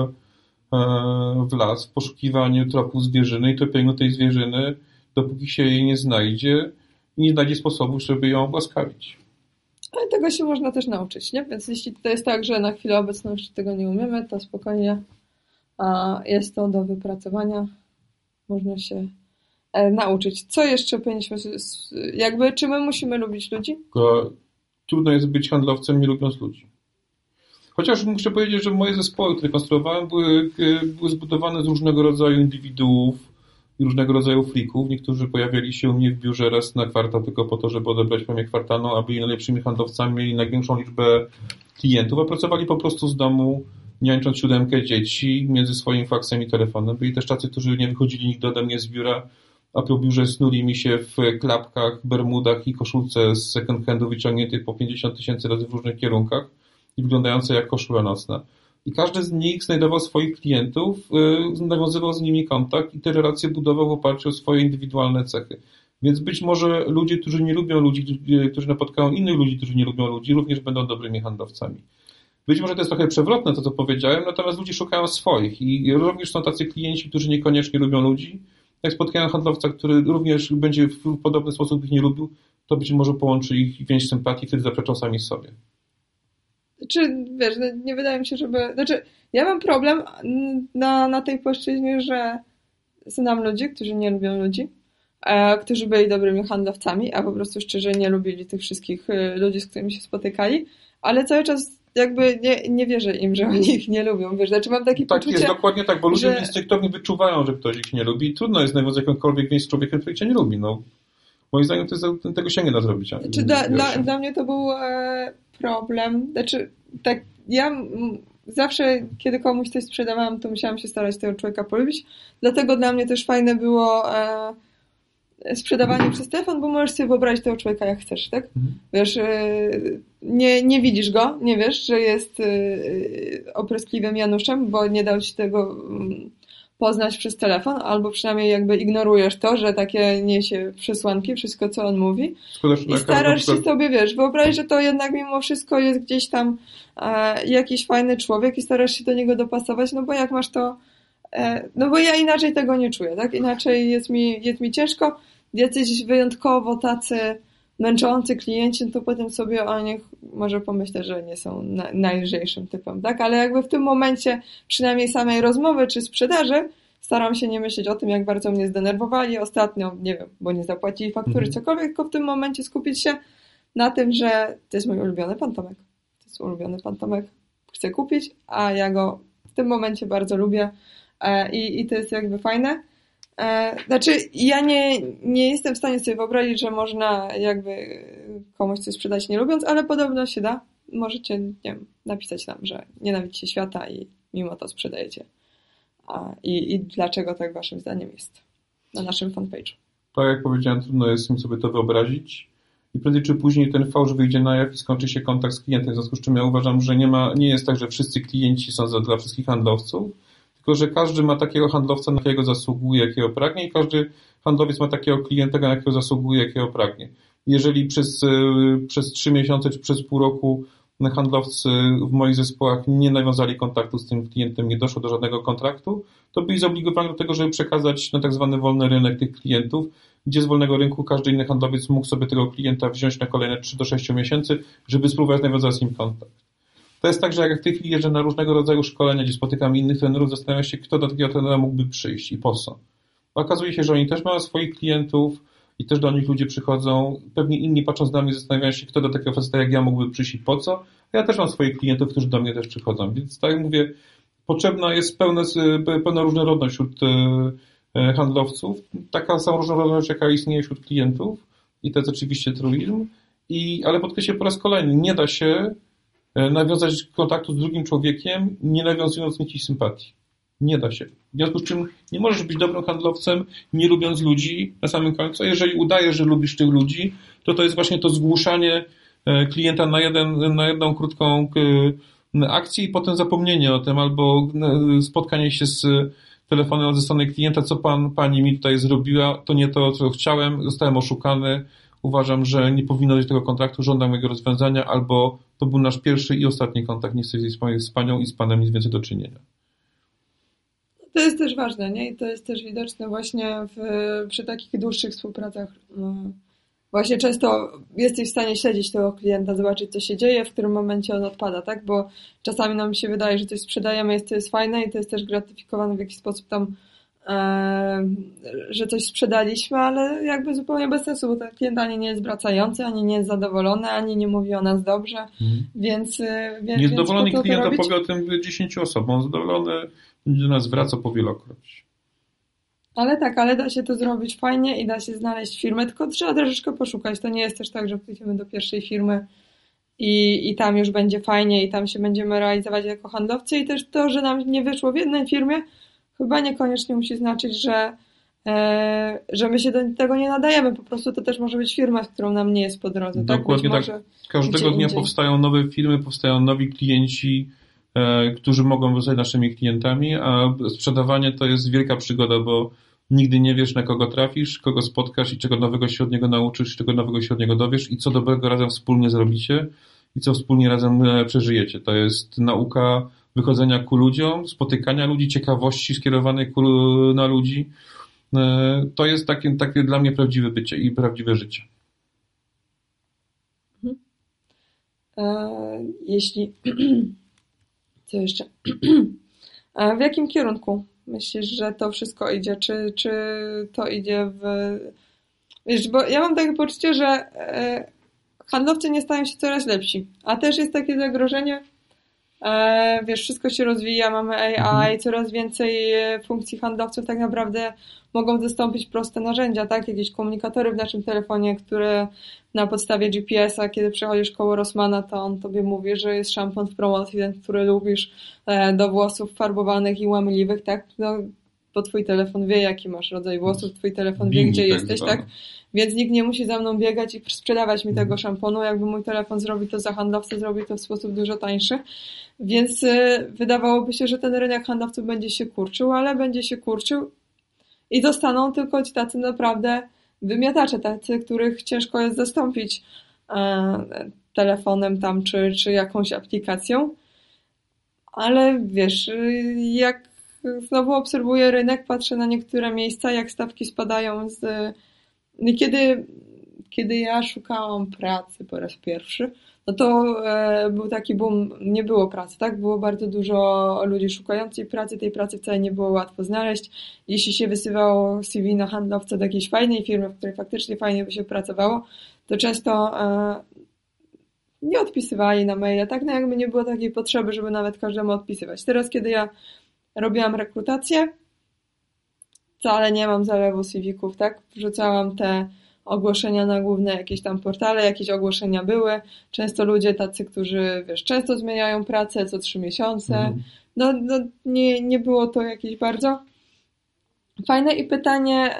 w las, w poszukiwaniu tropu zwierzyny i tropieniu tej zwierzyny, dopóki się jej nie znajdzie i nie znajdzie sposobu, żeby ją łaskawić. Ale tego się można też nauczyć, nie? Więc jeśli to jest tak, że na chwilę obecną jeszcze tego nie umiemy, to spokojnie jest to do wypracowania. Można się nauczyć. Co jeszcze powinniśmy, czy my musimy lubić ludzi? Trudno jest być handlowcem, nie lubiąc ludzi. Chociaż muszę powiedzieć, że moje zespoły, które konstruowałem, były zbudowane z różnego rodzaju indywiduów i różnego rodzaju freaków. Niektórzy pojawiali się u mnie w biurze raz na kwartał tylko po to, żeby odebrać premię kwartalną, a byli najlepszymi handlowcami, mieli największą liczbę klientów, a pracowali po prostu z domu, niańcząc 7 dzieci między swoim faksem i telefonem. Byli też tacy, którzy nie wychodzili nigdy ode mnie z biura, a po biurze snuli mi się w klapkach, bermudach i koszulce z second handu wyciągniętych po 50 000 razy w różnych kierunkach i wyglądające jak koszula nocna. I każdy z nich znajdował swoich klientów, nawiązywał z nimi kontakt i te relacje budował w oparciu o swoje indywidualne cechy. Więc być może ludzie, którzy nie lubią ludzi, którzy napotkają innych ludzi, którzy nie lubią ludzi, również będą dobrymi handlowcami. Być może to jest trochę przewrotne to, co powiedziałem, natomiast ludzie szukają swoich i również są tacy klienci, którzy niekoniecznie lubią ludzi. Jak spotkają handlowca, który również będzie w podobny sposób ich nie lubił, to być może połączy ich więź sympatii, wtedy zaprzeczą sami sobie. Wiesz, nie wydaje mi się, ja mam problem na tej płaszczyźnie, że znam ludzi, którzy nie lubią ludzi, którzy byli dobrymi handlowcami, a po prostu szczerze nie lubili tych wszystkich ludzi, z którymi się spotykali, ale cały czas jakby nie wierzę im, że oni ich nie lubią. Wiesz, mam takie poczucie... Tak, jest dokładnie tak, bo ludzie instynktownie wyczuwają, że ktoś ich nie lubi i trudno jest nawiązać jakąkolwiek więź z człowiekiem, który cię nie lubi. No. Moim zdaniem tego się nie da zrobić. Dla mnie to był problem. Ja zawsze, kiedy komuś coś sprzedawałam, to musiałam się starać tego człowieka polubić. Dlatego dla mnie też fajne było sprzedawanie przez telefon, bo możesz sobie wyobrazić tego człowieka jak chcesz, tak? Wiesz, nie widzisz go, nie wiesz, że jest opryskliwym Januszem, bo nie dał ci tego poznać przez telefon, albo przynajmniej jakby ignorujesz to, że takie niesie przesłanki, wszystko co on mówi i starasz się sobie, wiesz, wyobraź, że to jednak mimo wszystko jest gdzieś tam jakiś fajny człowiek i starasz się do niego dopasować, no bo jak masz to, no bo ja inaczej tego nie czuję, tak? Inaczej jest mi ciężko, jacyś wyjątkowo tacy męczący klienci, to potem sobie o nich może pomyślę, że nie są najlżejszym typem, tak? Ale jakby w tym momencie, przynajmniej samej rozmowy czy sprzedaży, staram się nie myśleć o tym, jak bardzo mnie zdenerwowali ostatnio, nie wiem, bo nie zapłacili faktury, cokolwiek, tylko w tym momencie skupić się na tym, że to jest mój ulubiony Pantomek. To jest ulubiony Pantomek. Chcę kupić, a ja go w tym momencie bardzo lubię i to jest jakby fajne. Ja nie jestem w stanie sobie wyobrazić, że można jakby komuś coś sprzedać nie lubiąc, ale podobno się da. Możecie, nie wiem, napisać nam, że nienawidzicie świata i mimo to sprzedajecie. I dlaczego tak waszym zdaniem jest na naszym fanpage'u. Tak jak powiedziałem, trudno jest im sobie to wyobrazić i prędzej czy później ten fałsz wyjdzie na jaw i skończy się kontakt z klientem, w związku z czym ja uważam, że nie jest tak, że wszyscy klienci są dla wszystkich handlowców, tylko że każdy ma takiego handlowca, na jakiego zasługuje, jakiego pragnie i każdy handlowiec ma takiego klienta, na jakiego zasługuje, jakiego pragnie. Jeżeli przez 3 miesiące czy przez pół roku handlowcy w moich zespołach nie nawiązali kontaktu z tym klientem, nie doszło do żadnego kontraktu, to byli zobligowani do tego, żeby przekazać na tak zwany wolny rynek tych klientów, gdzie z wolnego rynku każdy inny handlowiec mógł sobie tego klienta wziąć na kolejne 3 do 6 miesięcy, żeby spróbować nawiązać z nim kontakt. To jest tak, że jak w tej chwili jeżdżę na różnego rodzaju szkolenia, gdzie spotykam innych trenerów, zastanawiam się, kto do takiego trenera mógłby przyjść i po co. Okazuje się, że oni też mają swoich klientów i też do nich ludzie przychodzą. Pewnie inni patrząc na mnie zastanawiają się, kto do takiego faceta jak ja mógłby przyjść i po co. A ja też mam swoich klientów, którzy do mnie też przychodzą. Więc tak jak mówię, potrzebna jest pełna różnorodność wśród handlowców. Taka sama różnorodność, jaka istnieje wśród klientów. I to jest oczywiście truizm. Ale podkreślę po raz kolejny, nie da się nawiązać kontaktu z drugim człowiekiem, nie nawiązując nici sympatii. Nie da się. W związku z czym nie możesz być dobrym handlowcem, nie lubiąc ludzi na samym końcu. A jeżeli udajesz, że lubisz tych ludzi, to jest właśnie to zgłuszanie klienta na jedną krótką akcję i potem zapomnienie o tym, albo spotkanie się z telefonem ze strony klienta, co pani mi tutaj zrobiła, to nie to, co chciałem, zostałem oszukany, uważam, że nie powinno być tego kontraktu, żądam jego rozwiązania, albo to był nasz pierwszy i ostatni kontakt, nie chcę z panią i z panem nic więcej do czynienia. To jest też ważne, nie? I to jest też widoczne właśnie przy takich dłuższych współpracach. Właśnie często jesteś w stanie śledzić tego klienta, zobaczyć, co się dzieje, w którym momencie on odpada, tak? Bo czasami nam się wydaje, że coś sprzedajemy, to jest fajne i to jest też gratyfikowane w jakiś sposób tam, że coś sprzedaliśmy, ale jakby zupełnie bez sensu, bo ten klient ani nie jest wracający, ani nie jest zadowolony, ani nie mówi o nas dobrze, więc Niezadowolony więc klient robić? opowie o tym 10 osobom, zadowolony będzie do nas wraca powielokroć. Ale tak, ale da się to zrobić fajnie i da się znaleźć firmę, tylko trzeba troszeczkę poszukać. To nie jest też tak, że pójdziemy do pierwszej firmy i tam już będzie fajnie i tam się będziemy realizować jako handlowcy i też to, że nam nie wyszło w jednej firmie, chyba niekoniecznie musi znaczyć, że my się do tego nie nadajemy. Po prostu to też może być firma, z którą nam nie jest po drodze. Dokładnie tak. Każdego dnia powstają nowe firmy, powstają nowi klienci, którzy mogą zostać naszymi klientami, a sprzedawanie to jest wielka przygoda, bo nigdy nie wiesz, na kogo trafisz, kogo spotkasz i czego nowego się od niego nauczysz, czego nowego się od niego dowiesz i co dobrego razem wspólnie zrobicie i co wspólnie razem przeżyjecie. To jest nauka wychodzenia ku ludziom, spotykania ludzi, ciekawości skierowanej na ludzi. To jest takie dla mnie prawdziwe bycie i prawdziwe życie. Jeśli... Co jeszcze? W jakim kierunku myślisz, że to wszystko idzie? Czy to idzie w... Wiesz, bo ja mam takie poczucie, że handlowcy nie stają się coraz lepsi, a też jest takie zagrożenie, wiesz, wszystko się rozwija, mamy AI, coraz więcej funkcji handlowców tak naprawdę mogą zastąpić proste narzędzia, tak? Jakieś komunikatory w naszym telefonie, które na podstawie GPS-a, kiedy przechodzisz koło Rossmana, to on tobie mówi, że jest szampon w promocji, ten, który lubisz, do włosów farbowanych i łamliwych, tak? No, bo twój telefon wie, jaki masz rodzaj włosów, twój telefon wie, gdzie jesteś, tak? Więc nikt nie musi za mną biegać i sprzedawać mi tego szamponu. Jakby mój telefon zrobi to za handlowcę, zrobi to w sposób dużo tańszy. Więc wydawałoby się, że ten rynek handlowców będzie się kurczył, ale będzie się kurczył i zostaną tylko ci tacy naprawdę wymiatacze, tacy, których ciężko jest zastąpić telefonem tam, czy jakąś aplikacją. Ale wiesz, jak znowu obserwuję rynek, patrzę na niektóre miejsca, jak stawki spadają Kiedy ja szukałam pracy po raz pierwszy, no to był taki boom, nie było pracy, tak? Było bardzo dużo ludzi szukających pracy, tej pracy wcale nie było łatwo znaleźć. Jeśli się wysyłało CV na handlowca do jakiejś fajnej firmy, w której faktycznie fajnie by się pracowało, to często nie odpisywali na maile, tak? No jakby nie było takiej potrzeby, żeby nawet każdemu odpisywać. Teraz, kiedy ja robiłam rekrutację, wcale nie mam zalewu CV-ków, tak? Wrzucałam te ogłoszenia na główne jakieś tam portale, jakieś ogłoszenia były. Często ludzie tacy, którzy, wiesz, często zmieniają pracę co 3 miesiące. No nie było to jakieś bardzo fajne i pytanie,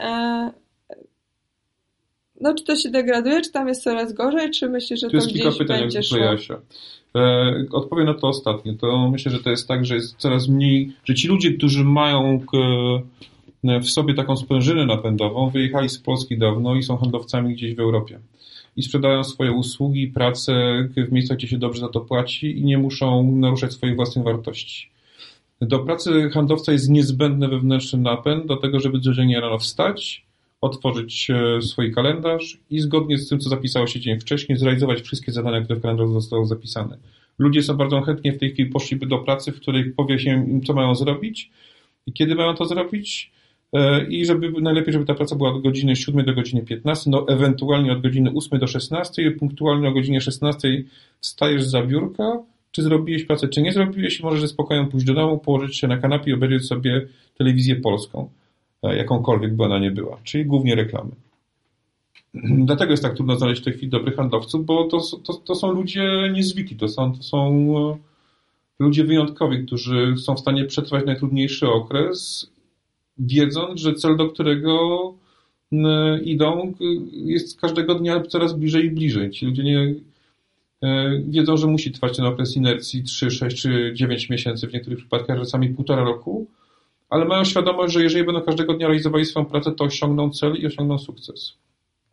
no czy to się degraduje, czy tam jest coraz gorzej, czy myślisz, że to jest gdzieś kilka pytań, będzie szło? Odpowiem na to ostatnie. To myślę, że to jest tak, że jest coraz mniej, że ci ludzie, którzy mają w sobie taką sprężynę napędową, wyjechali z Polski dawno i są handlowcami gdzieś w Europie. I sprzedają swoje usługi, pracę w miejscach, gdzie się dobrze za to płaci i nie muszą naruszać swoich własnych wartości. Do pracy handlowca jest niezbędny wewnętrzny napęd do tego, żeby codziennie rano wstać, otworzyć swój kalendarz i zgodnie z tym, co zapisało się dzień wcześniej, zrealizować wszystkie zadania, które w kalendarzu zostały zapisane. Ludzie są bardzo chętnie w tej chwili poszliby do pracy, w której powie się im, co mają zrobić i kiedy mają to zrobić i najlepiej, żeby ta praca była od godziny 7 do godziny 15, no ewentualnie od godziny 8 do 16 i punktualnie o godzinie 16 wstajesz za biurka, czy zrobiłeś pracę, czy nie zrobiłeś i możesz ze spokojem pójść do domu, położyć się na kanapie i obejrzeć sobie telewizję polską, jakąkolwiek by ona nie była, czyli głównie reklamy. Dlatego jest tak trudno znaleźć w tej chwili dobrych handlowców, bo to są ludzie niezwykli, to są ludzie wyjątkowi, którzy są w stanie przetrwać najtrudniejszy okres, wiedząc, że cel, do którego idą, jest każdego dnia coraz bliżej i bliżej. Ci ludzie nie wiedzą, że musi trwać ten okres inercji 3, 6 czy 9 miesięcy, w niektórych przypadkach czasami 1,5 roku, ale mają świadomość, że jeżeli będą każdego dnia realizowali swoją pracę, to osiągną cel i osiągną sukces.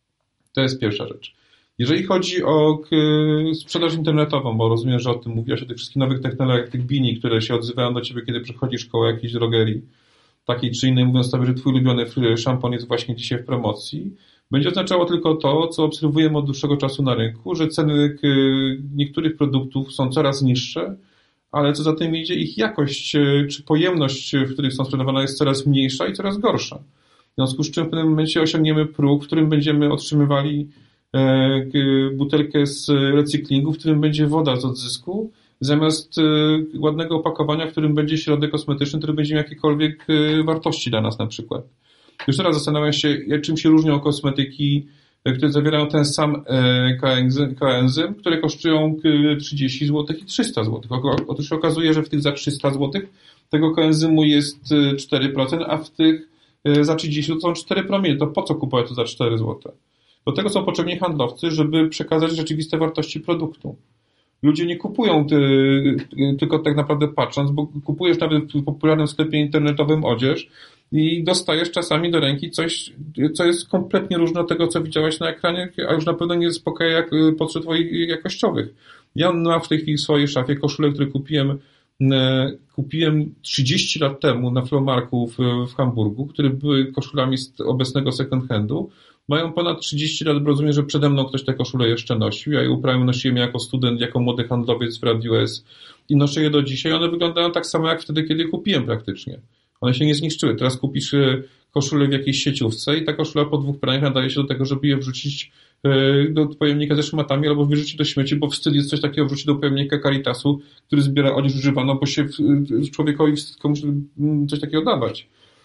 To jest pierwsza rzecz. Jeżeli chodzi o sprzedaż internetową, bo rozumiem, że o tym mówiłaś, o tych wszystkich nowych technologiach, tych bini, które się odzywają do ciebie, kiedy przechodzisz koło jakiejś drogerii, takiej czy innej, mówiąc sobie, że twój ulubiony szampon jest właśnie dzisiaj w promocji, będzie oznaczało tylko to, co obserwujemy od dłuższego czasu na rynku, że ceny niektórych produktów są coraz niższe, ale co za tym idzie, ich jakość czy pojemność, w których są sprzedawane, jest coraz mniejsza i coraz gorsza. W związku z czym w pewnym momencie osiągniemy próg, w którym będziemy otrzymywali butelkę z recyklingu, w którym będzie woda z odzysku, zamiast ładnego opakowania, w którym będzie środek kosmetyczny, który będzie miał jakiekolwiek wartości dla nas na przykład. Już teraz zastanawiam się, czym się różnią kosmetyki, które zawierają ten sam koenzym, które kosztują 30 zł i 300 zł. Otóż się okazuje, że w tych za 300 zł tego koenzymu jest 4%, a w tych za 30 zł są 4 promile. To po co kupować to za 4 zł? Do tego są potrzebni handlowcy, żeby przekazać rzeczywiste wartości produktu. Ludzie nie kupują tylko tak naprawdę patrząc, bo kupujesz nawet w popularnym sklepie internetowym odzież i dostajesz czasami do ręki coś, co jest kompletnie różne od tego, co widziałaś na ekranie, a już na pewno nie zaspokaja potrzeb twoich jakościowych. Ja mam w tej chwili w swojej szafie koszulę, które kupiłem 30 lat temu na Flomarku w Hamburgu, które były koszulami z obecnego second handu. Mają ponad 30 lat, bo rozumiem, że przede mną ktoś te koszule jeszcze nosił. Ja je uprawiam, nosiłem je jako student, jako młody handlowiec w Radiu S i noszę je do dzisiaj. One wyglądają tak samo jak wtedy, kiedy je kupiłem praktycznie. One się nie zniszczyły. Teraz kupisz koszulę w jakiejś sieciówce i ta koszula po 2 praniach nadaje się do tego, żeby je wrzucić do pojemnika ze szmatami albo wyrzucić do śmieci, bo wstyd jest coś takiego wrzucić do pojemnika Caritasu, który zbiera odzież używaną, bo się człowiekowi wstyd komuś coś takiego dawać.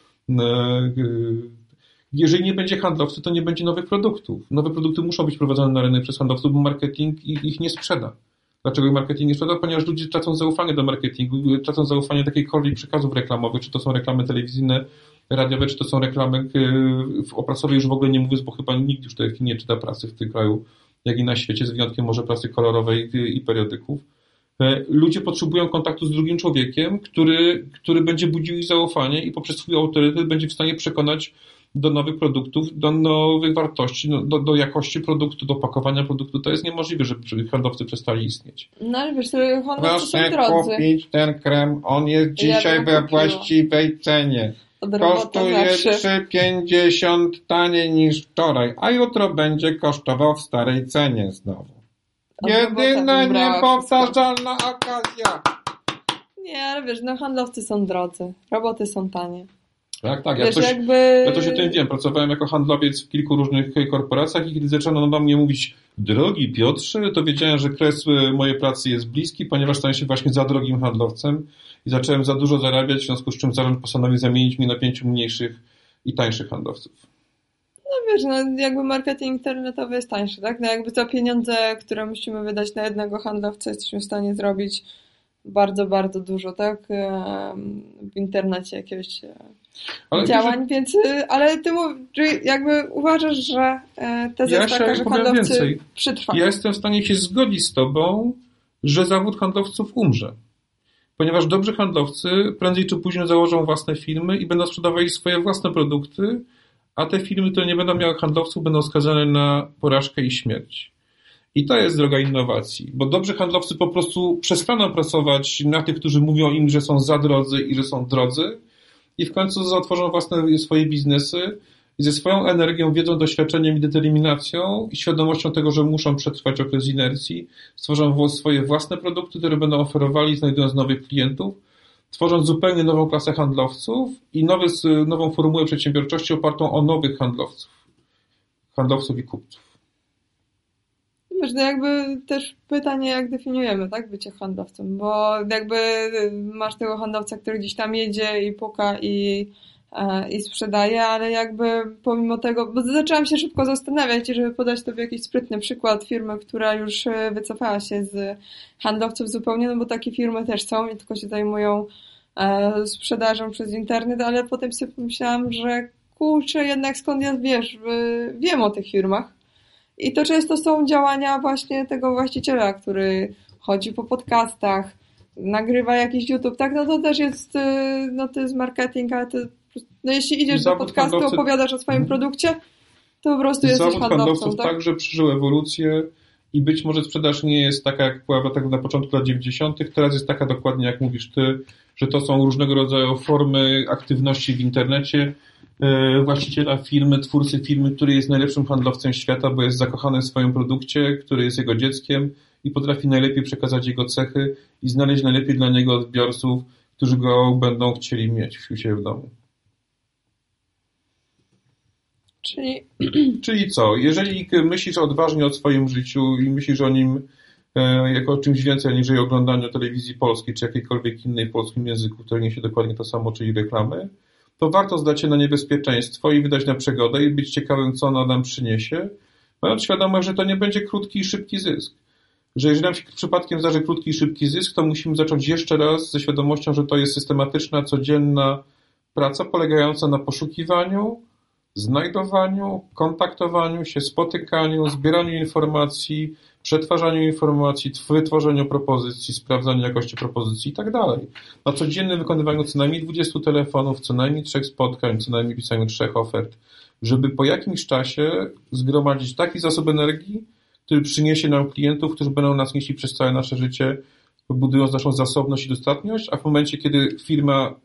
Jeżeli nie będzie handlowcy, to nie będzie nowych produktów. Nowe produkty muszą być prowadzone na rynek przez handlowców, bo marketing ich nie sprzeda. Dlaczego marketing nie sprzeda? Ponieważ ludzie tracą zaufanie do marketingu, tracą zaufanie do jakichkolwiek przekazów reklamowych, czy to są reklamy telewizyjne, radiowe, czy to są reklamy o prasowej już w ogóle nie mówię, bo chyba nikt już nie czyta prasy w tym kraju, jak i na świecie, z wyjątkiem może prasy kolorowej i periodyków. Ludzie potrzebują kontaktu z drugim człowiekiem, który będzie budził ich zaufanie i poprzez swój autorytet będzie w stanie przekonać do nowych produktów, do nowych wartości, do jakości produktu, do pakowania produktu. To jest niemożliwe, żeby handlowcy przestali istnieć. No ale wiesz, handlowcy są drodzy. Proszę kupić ten krem, on jest dzisiaj we właściwej cenie. Kosztuje 3,50 taniej niż wczoraj, a jutro będzie kosztował w starej cenie znowu. Jedyna niepowtarzalna okazja. Nie, ale wiesz, handlowcy są drodzy, roboty są tanie. Tak. Wiesz, Ja to się tym wiem. Pracowałem jako handlowiec w kilku różnych korporacjach i kiedy zaczęto do mnie mówić, drogi Piotrze, to wiedziałem, że kres mojej pracy jest bliski, ponieważ stałem się właśnie za drogim handlowcem i zacząłem za dużo zarabiać, w związku z czym zarząd postanowił zamienić mnie na 5 mniejszych i tańszych handlowców. No wiesz, jakby marketing internetowy jest tańszy, tak? Jakby za pieniądze, które musimy wydać na jednego handlowca, jesteśmy w stanie zrobić bardzo, bardzo dużo, tak? W internecie jakiegoś działań, więc, ale ty jakby uważasz, że teza jest taka, że handlowcy przetrwają. Ja jestem w stanie się zgodzić z tobą, że zawód handlowców umrze. Ponieważ dobrzy handlowcy prędzej czy później założą własne firmy i będą sprzedawali swoje własne produkty, a te firmy, które nie będą miały handlowców, będą skazane na porażkę i śmierć. I to jest droga innowacji, bo dobrzy handlowcy po prostu przestaną pracować na tych, którzy mówią im, że są za drodzy i że są drodzy i w końcu zatworzą własne swoje biznesy i ze swoją energią, wiedzą, doświadczeniem i determinacją i świadomością tego, że muszą przetrwać okres inercji, stworzą swoje własne produkty, które będą oferowali, znajdując nowych klientów, tworząc zupełnie nową klasę handlowców i nową formułę przedsiębiorczości opartą o nowych handlowców i kupców. Wiesz, jakby też pytanie, jak definiujemy, tak, bycie handlowcem, bo jakby masz tego handlowca, który gdzieś tam jedzie i puka i sprzedaje, ale jakby pomimo tego, bo zaczęłam się szybko zastanawiać, żeby podać tobie jakiś sprytny przykład firmy, która już wycofała się z handlowców zupełnie, no bo takie firmy też są i tylko się zajmują sprzedażą przez internet, ale potem sobie pomyślałam, że kurczę, jednak skąd ja wiem o tych firmach. I to często są działania właśnie tego właściciela, który chodzi po podcastach, nagrywa jakiś YouTube, tak? No to też jest, to jest marketing, ale to, jeśli idziesz do podcastu, opowiadasz o swoim produkcie, to po prostu jesteś zawód handlowców tak? Także przeżył ewolucję i być może sprzedaż nie jest taka, jak była tak na początku lat 90. Teraz jest taka dokładnie, jak mówisz ty, że to są różnego rodzaju formy aktywności w internecie właściciela firmy, twórcy firmy, który jest najlepszym handlowcem świata, bo jest zakochany w swoim produkcie, który jest jego dzieckiem i potrafi najlepiej przekazać jego cechy i znaleźć najlepiej dla niego odbiorców, którzy go będą chcieli mieć u siebie w domu. Czyli co? Jeżeli myślisz odważnie o swoim życiu i myślisz o nim jako o czymś więcej, aniżeli oglądaniu telewizji polskiej czy jakiejkolwiek innej w polskim języku, który niesie dokładnie to samo, czyli reklamy, to warto zdać się na niebezpieczeństwo i wydać na przygodę i być ciekawym, co ona nam przyniesie, mając świadomość, że to nie będzie krótki i szybki zysk. Że jeżeli nam się przypadkiem zdarzy krótki i szybki zysk, to musimy zacząć jeszcze raz ze świadomością, że to jest systematyczna, codzienna praca polegająca na poszukiwaniu, znajdowaniu, kontaktowaniu się, spotykaniu, zbieraniu informacji, przetwarzaniu informacji, wytworzeniu propozycji, sprawdzaniu jakości propozycji i tak dalej. Na codziennym wykonywaniu co najmniej 20 telefonów, co najmniej 3 spotkań, co najmniej pisaniu 3 ofert, żeby po jakimś czasie zgromadzić taki zasób energii, który przyniesie nam klientów, którzy będą nas nieśli przez całe nasze życie, budując naszą zasobność i dostatniość, a w momencie, kiedy firma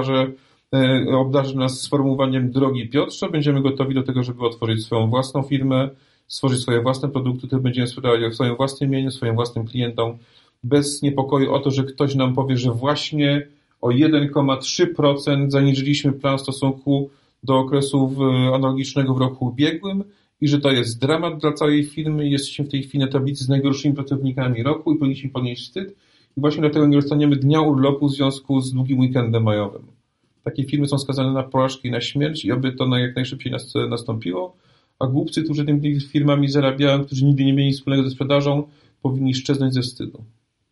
obdarzy nas sformułowaniem drogi Piotrze, będziemy gotowi do tego, żeby otworzyć swoją własną firmę, stworzyć swoje własne produkty, które będziemy sprzedawać w swoim własnym imieniu, swoim własnym klientom, bez niepokoju o to, że ktoś nam powie, że właśnie o 1,3% zaniżyliśmy plan w stosunku do okresu analogicznego w roku ubiegłym i że to jest dramat dla całej firmy. Jesteśmy w tej chwili na tablicy z najgorszymi pracownikami roku i powinniśmy ponieść wstyd i właśnie dlatego nie dostaniemy dnia urlopu w związku z długim weekendem majowym. Takie firmy są skazane na porażkę i na śmierć i oby to jak najszybciej nastąpiło, a głupcy, którzy tymi firmami zarabiają, którzy nigdy nie mieli nic wspólnego ze sprzedażą, powinni szczeznąć ze wstydu.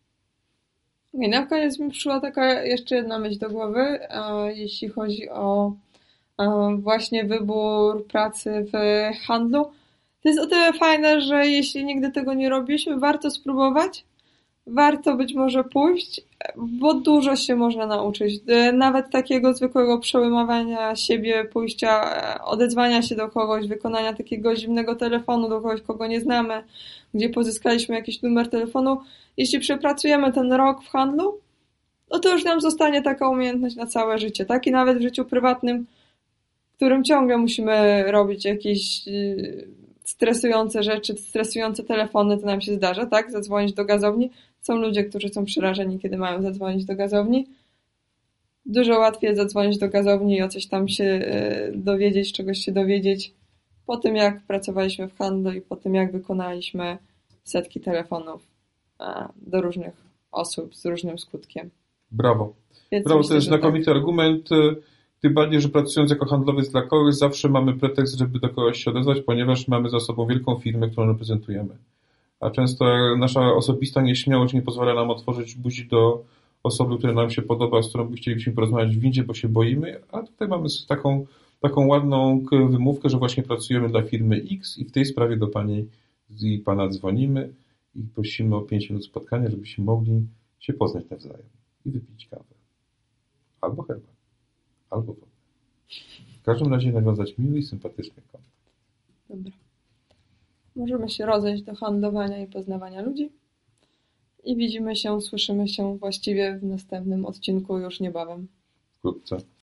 I na koniec mi przyszła taka jeszcze jedna myśl do głowy, jeśli chodzi o właśnie wybór pracy w handlu. To jest o tyle fajne, że jeśli nigdy tego nie robiliśmy, warto spróbować, warto być może pójść, bo dużo się można nauczyć. Nawet takiego zwykłego przełamywania siebie, pójścia, odezwania się do kogoś, wykonania takiego zimnego telefonu do kogoś, kogo nie znamy, gdzie pozyskaliśmy jakiś numer telefonu. Jeśli przepracujemy ten rok w handlu, no to już nam zostanie taka umiejętność na całe życie, tak? I nawet w życiu prywatnym, w którym ciągle musimy robić jakieś stresujące rzeczy, stresujące telefony, to nam się zdarza, tak? Zadzwonić do gazowni. Są ludzie, którzy są przerażeni, kiedy mają zadzwonić do gazowni. Dużo łatwiej zadzwonić do gazowni i o coś tam się dowiedzieć, czegoś się dowiedzieć po tym, jak pracowaliśmy w handlu i po tym, jak wykonaliśmy setki telefonów do różnych osób z różnym skutkiem. Brawo. Więc Brawo, myślę, to jest znakomity tak. argument. Tym bardziej, że pracując jako handlowiec dla kogoś, zawsze mamy pretekst, żeby do kogoś się odezwać, ponieważ mamy za sobą wielką firmę, którą reprezentujemy. A często nasza osobista nieśmiałość nie pozwala nam otworzyć buzi do osoby, która nam się podoba, z którą chcielibyśmy porozmawiać w windzie, bo się boimy, a tutaj mamy taką ładną wymówkę, że właśnie pracujemy dla firmy X i w tej sprawie do pani i pana dzwonimy i prosimy o 5 minut spotkania, żebyśmy mogli się poznać nawzajem i wypić kawę. Albo herbatę. Albo wodę. W każdym razie nawiązać miły i sympatyczny kontakt. Dobra. Możemy się rozejść do handlowania i poznawania ludzi. I widzimy się, słyszymy się właściwie w następnym odcinku już niebawem. Wkrótce.